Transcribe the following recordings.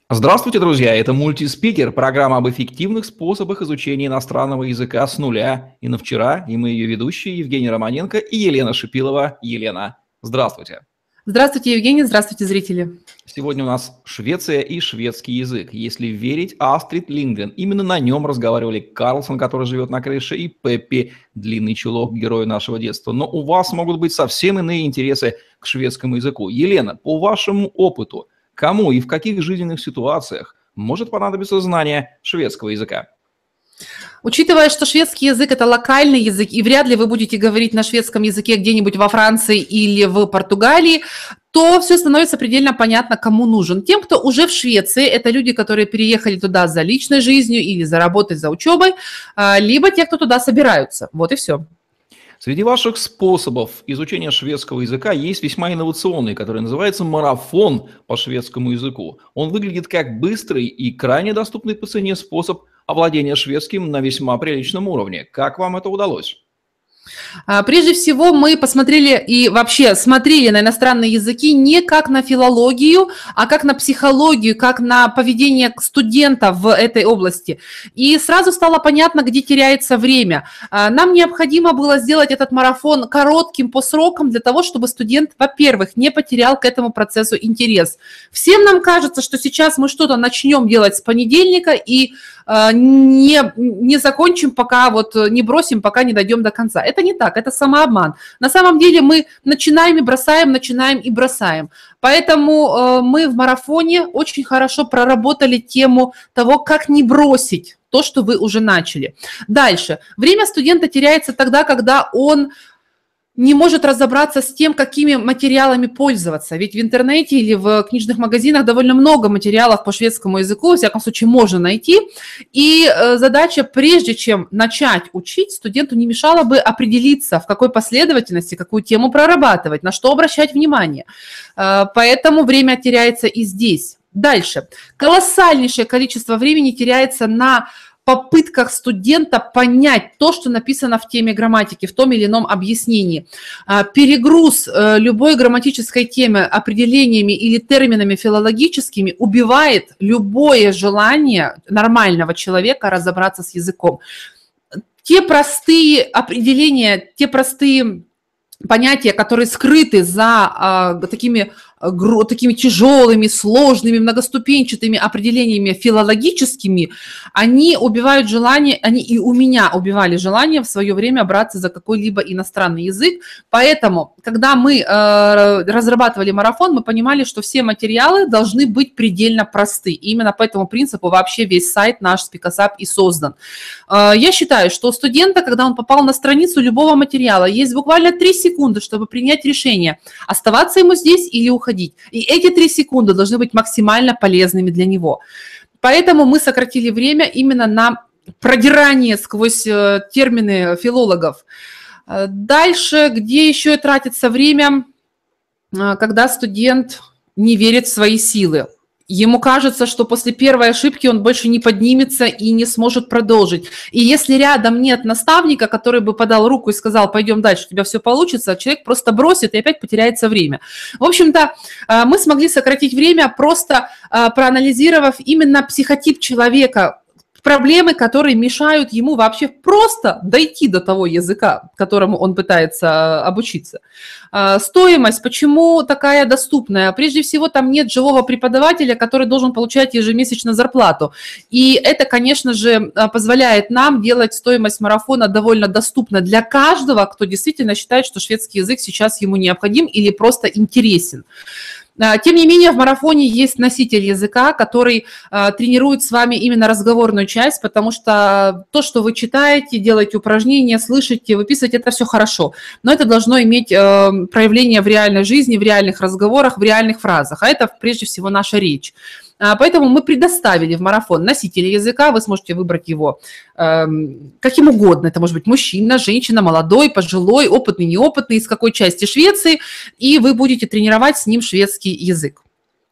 Здравствуйте, друзья! Это мультиспикер, программа об эффективных способах изучения иностранного языка с нуля. И на вчера, и мы ее ведущие Евгений Романенко и Елена Шипилова. Елена, здравствуйте! Здравствуйте, Евгений, здравствуйте, зрители! Сегодня у нас Швеция и шведский язык. Если верить Астрид Линдгрен, именно на нем разговаривали Карлсон, который живет на крыше, и Пеппи, длинный чулок, герой нашего детства. Но у вас могут быть совсем иные интересы к шведскому языку. Елена, по вашему опыту, кому и в каких жизненных ситуациях может понадобиться знание шведского языка? Учитывая, что шведский язык – это локальный язык, и вряд ли вы будете говорить на шведском языке где-нибудь во Франции или в Португалии, то все становится предельно понятно, кому нужен. Тем, кто уже в Швеции, это люди, которые переехали туда за личной жизнью или за работой, за учебой, либо те, кто туда собираются. Вот и все. Среди ваших способов изучения шведского языка есть весьма инновационный, который называется марафон по шведскому языку. Он выглядит как быстрый и крайне доступный по цене способ овладения шведским на весьма приличном уровне. Как вам это удалось? Прежде всего, мы посмотрели и вообще смотрели на иностранные языки не как на филологию, а как на психологию, как на поведение студента в этой области. И сразу стало понятно, где теряется время. Нам необходимо было сделать этот марафон коротким по срокам для того, чтобы студент, во-первых, не потерял к этому процессу интерес. Всем нам кажется, что сейчас мы что-то начнем делать с понедельника и не закончим, пока не бросим, пока не дойдем до конца. Это не так, это самообман. На самом деле мы начинаем и бросаем, начинаем и бросаем. Поэтому мы в марафоне очень хорошо проработали тему того, как не бросить то, что вы уже начали. Дальше. Время студента теряется тогда, когда он не может разобраться с тем, какими материалами пользоваться. Ведь в интернете или в книжных магазинах довольно много материалов по шведскому языку, во всяком случае, можно найти. И задача, прежде чем начать учить, студенту не мешало бы определиться, в какой последовательности, какую тему прорабатывать, на что обращать внимание. Поэтому время теряется и здесь. Дальше. Колоссальнейшее количество времени теряется на попытках студента понять то, что написано в теме грамматики, в том или ином объяснении. Перегруз любой грамматической темы определениями или терминами филологическими убивает любое желание нормального человека разобраться с языком. Те простые определения, те простые понятия, которые скрыты за такими тяжелыми, сложными, многоступенчатыми определениями филологическими, они убивают желание, они и у меня убивали желание в свое время браться за какой-либо иностранный язык. Поэтому, когда мы разрабатывали марафон, мы понимали, что все материалы должны быть предельно просты. И именно по этому принципу вообще весь сайт наш SpeakUp и создан. Я считаю, что у студента, когда он попал на страницу любого материала, есть буквально 3 секунды, чтобы принять решение, оставаться ему здесь или уходить. И эти 3 секунды должны быть максимально полезными для него. Поэтому мы сократили время именно на продирание сквозь термины филологов. Дальше, где еще тратится время, когда студент не верит в свои силы. Ему кажется, что после первой ошибки он больше не поднимется и не сможет продолжить. И если рядом нет наставника, который бы подал руку и сказал, пойдем дальше, у тебя все получится, человек просто бросит и опять потеряется время. В общем-то, мы смогли сократить время, просто проанализировав именно психотип человека, проблемы, которые мешают ему вообще просто дойти до того языка, которому он пытается обучиться. Стоимость, почему такая доступная? Прежде всего, там нет живого преподавателя, который должен получать ежемесячно зарплату. И это, конечно же, позволяет нам делать стоимость марафона довольно доступно для каждого, кто действительно считает, что шведский язык сейчас ему необходим или просто интересен. Тем не менее, в марафоне есть носитель языка, который тренирует с вами именно разговорную часть, потому что то, что вы читаете, делаете упражнения, слышите, выписываете, это все хорошо. Но это должно иметь проявление в реальной жизни, в реальных разговорах, в реальных фразах. А это прежде всего наша речь. Поэтому мы предоставили в марафон носителя языка, вы сможете выбрать его каким угодно. Это может быть мужчина, женщина, молодой, пожилой, опытный, неопытный, из какой части Швеции, и вы будете тренировать с ним шведский язык.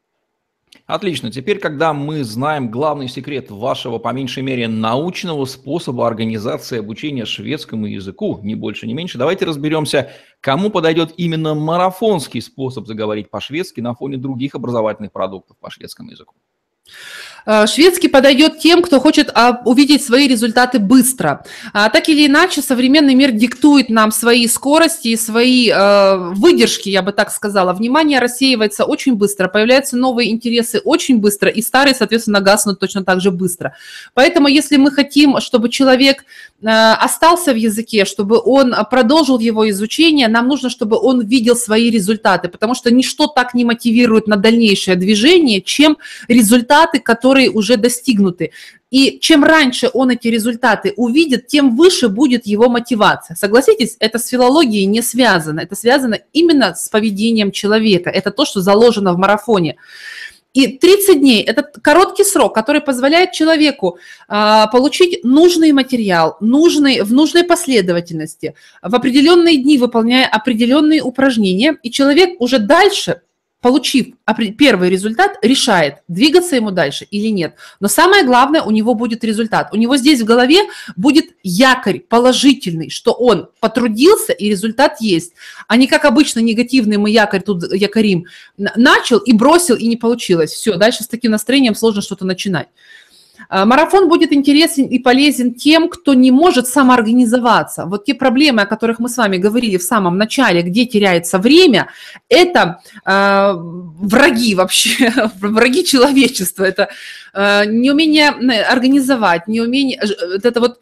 Отлично. Теперь, когда мы знаем главный секрет вашего, по меньшей мере, научного способа организации обучения шведскому языку, ни больше, ни меньше, давайте разберемся, кому подойдет именно марафонский способ заговорить по-шведски на фоне других образовательных продуктов по шведскому языку. Шведский подойдет тем, кто хочет увидеть свои результаты быстро. Так или иначе, современный мир диктует нам свои скорости и свои выдержки, я бы так сказала. Внимание рассеивается очень быстро, появляются новые интересы очень быстро, и старые, соответственно, гаснут точно так же быстро. Поэтому, если мы хотим, чтобы человек остался в языке, чтобы он продолжил его изучение, нам нужно, чтобы он видел свои результаты, потому что ничто так не мотивирует на дальнейшее движение, чем результаты, которые уже достигнуты. И чем раньше он эти результаты увидит, тем выше будет его мотивация. Согласитесь, это с филологией не связано. Это связано именно с поведением человека. Это то, что заложено в марафоне. И 30 дней – это короткий срок, который позволяет человеку получить нужный материал, в нужной последовательности, в определенные дни выполняя определенные упражнения. И человек уже дальше, получив первый результат, решает, двигаться ему дальше или нет. Но самое главное, у него будет результат. У него здесь в голове будет якорь положительный, что он потрудился и результат есть. А не как обычно негативный мы якорь тут якорим. Начал и бросил, и не получилось. Все, дальше с таким настроением сложно что-то начинать. Марафон будет интересен и полезен тем, кто не может самоорганизоваться. Вот те проблемы, о которых мы с вами говорили в самом начале, где теряется время, это враги вообще, враги человечества. Это неумение организовать, неумение, это вот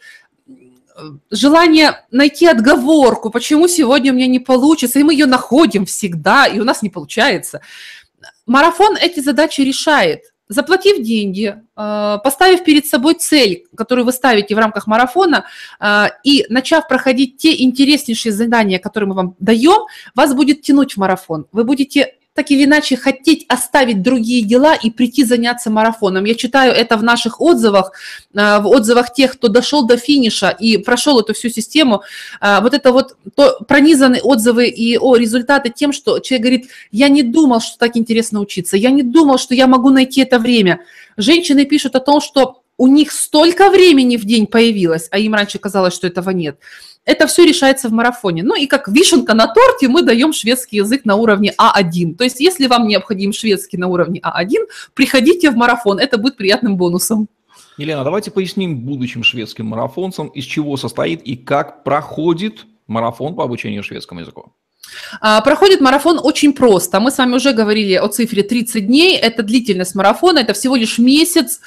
желание найти отговорку, почему сегодня у меня не получится, и мы ее находим всегда, и у нас не получается. Марафон эти задачи решает. Заплатив деньги, поставив перед собой цель, которую вы ставите в рамках марафона, и начав проходить те интереснейшие задания, которые мы вам даем, вас будет тянуть в марафон. Вы будете так или иначе хотеть оставить другие дела и прийти заняться марафоном. Я читаю это в наших отзывах, в отзывах тех, кто дошел до финиша и прошел эту всю систему. Вот это вот пронизаны отзывы и результаты тем, что человек говорит, я не думал, что так интересно учиться, я не думал, что я могу найти это время. Женщины пишут о том, что у них столько времени в день появилось, а им раньше казалось, что этого нет. Это все решается в марафоне. Ну и как вишенка на торте мы даем шведский язык на уровне А1. То есть если вам необходим шведский на уровне А1, приходите в марафон, это будет приятным бонусом. Елена, давайте поясним будущим шведским марафонцам, из чего состоит и как проходит марафон по обучению шведскому языку. Проходит марафон очень просто. Мы с вами уже говорили о цифре 30 дней. Это длительность марафона, это всего лишь месяц.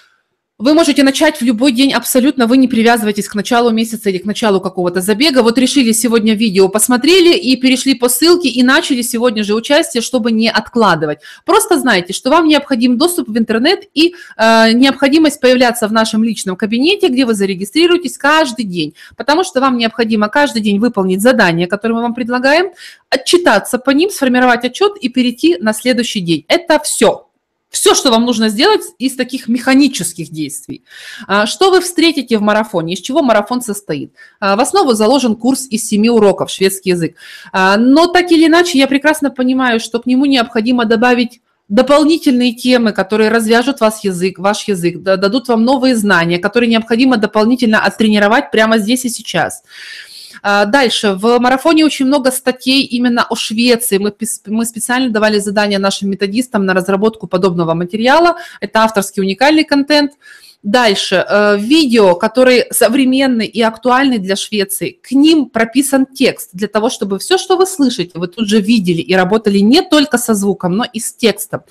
Вы можете начать в любой день абсолютно, вы не привязываетесь к началу месяца или к началу какого-то забега. Вот решили сегодня видео, посмотрели и перешли по ссылке и начали сегодня же участие, чтобы не откладывать. Просто знайте, что вам необходим доступ в интернет и необходимость появляться в нашем личном кабинете, где вы зарегистрируетесь каждый день, потому что вам необходимо каждый день выполнить задания, которые мы вам предлагаем, отчитаться по ним, сформировать отчет и перейти на следующий день. Это все. Все, что вам нужно сделать из таких механических действий. Что вы встретите в марафоне, из чего марафон состоит? В основу заложен курс из 7 уроков шведский язык. Но так или иначе, я прекрасно понимаю, что к нему необходимо добавить дополнительные темы, которые развяжут ваш язык, дадут вам новые знания, которые необходимо дополнительно оттренировать прямо здесь и сейчас. Дальше. В марафоне очень много статей именно о Швеции. Мы специально давали задания нашим методистам на разработку подобного материала. Это авторский уникальный контент. Дальше. Видео, которые современны и актуальны для Швеции. К ним прописан текст для того, чтобы все, что вы слышите, вы тут же видели и работали не только со звуком, но и с текстом.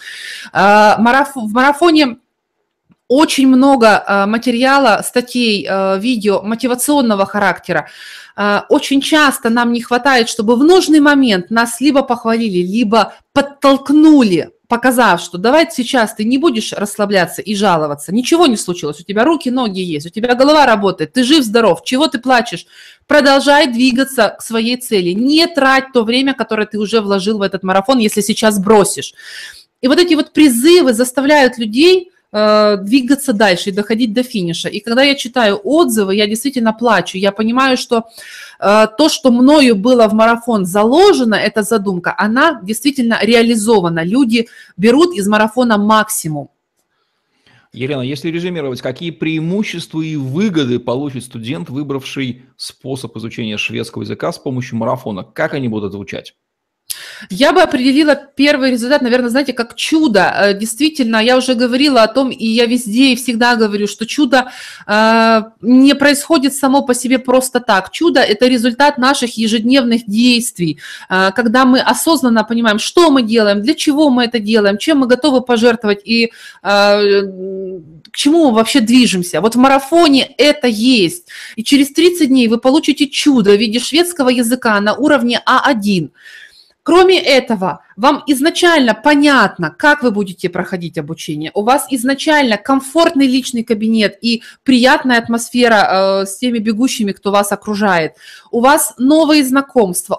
В марафоне очень много материала, статей, видео мотивационного характера. Очень часто нам не хватает, чтобы в нужный момент нас либо похвалили, либо подтолкнули, показав, что давай сейчас ты не будешь расслабляться и жаловаться, ничего не случилось, у тебя руки, ноги есть, у тебя голова работает, ты жив-здоров, чего ты плачешь? Продолжай двигаться к своей цели, не трать то время, которое ты уже вложил в этот марафон, если сейчас бросишь. И вот эти вот призывы заставляют людей двигаться дальше и доходить до финиша. И когда я читаю отзывы, я действительно плачу. Я понимаю, что то, что мною было в марафон заложено, эта задумка, она действительно реализована. Люди берут из марафона максимум. Елена, если резюмировать, какие преимущества и выгоды получит студент, выбравший способ изучения шведского языка с помощью марафона? Как они будут звучать? Я бы определила первый результат, наверное, знаете, как чудо. Действительно, я уже говорила о том, и я везде и всегда говорю, что чудо не происходит само по себе просто так. Чудо – это результат наших ежедневных действий, когда мы осознанно понимаем, что мы делаем, для чего мы это делаем, чем мы готовы пожертвовать и к чему мы вообще движемся. Вот в марафоне это есть. И через 30 дней вы получите чудо в виде шведского языка на уровне А1. Кроме этого, вам изначально понятно, как вы будете проходить обучение. У вас изначально комфортный личный кабинет и приятная атмосфера с теми бегущими, кто вас окружает. У вас новые знакомства,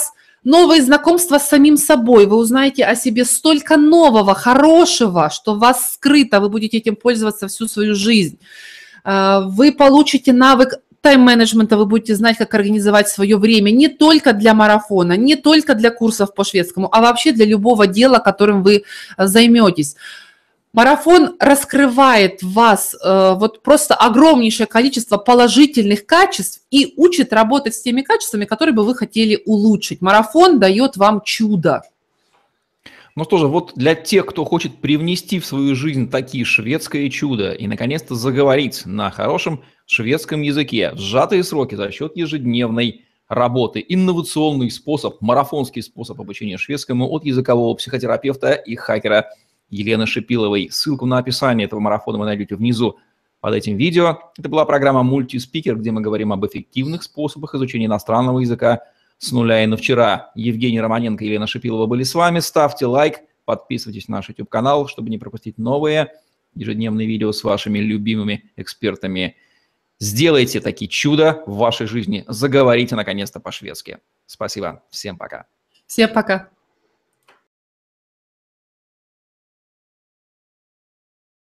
с самим собой. Вы узнаете о себе столько нового, хорошего, что в вас скрыто. Вы будете этим пользоваться всю свою жизнь. Вы получите навык тайм-менеджмента, вы будете знать, как организовать свое время не только для марафона, не только для курсов по шведскому, а вообще для любого дела, которым вы займетесь. Марафон раскрывает в вас вот просто огромнейшее количество положительных качеств и учит работать с теми качествами, которые бы вы хотели улучшить. Марафон дает вам чудо. Ну что же, вот для тех, кто хочет привнести в свою жизнь такие шведское чудо и наконец-то заговорить на хорошем шведском языке в сжатые сроки за счет ежедневной работы, инновационный способ, марафонский способ обучения шведскому от языкового психотерапевта и хакера Елены Шипиловой. Ссылку на описание этого марафона вы найдете внизу под этим видео. Это была программа «Мультиспикер», где мы говорим об эффективных способах изучения иностранного языка с нуля и на вчера. Евгений Романенко и Елена Шипилова были с вами. Ставьте лайк, подписывайтесь на наш YouTube-канал, чтобы не пропустить новые ежедневные видео с вашими любимыми экспертами. Сделайте такие чудо в вашей жизни. Заговорите наконец-то по-шведски. Спасибо. Всем пока. Всем пока.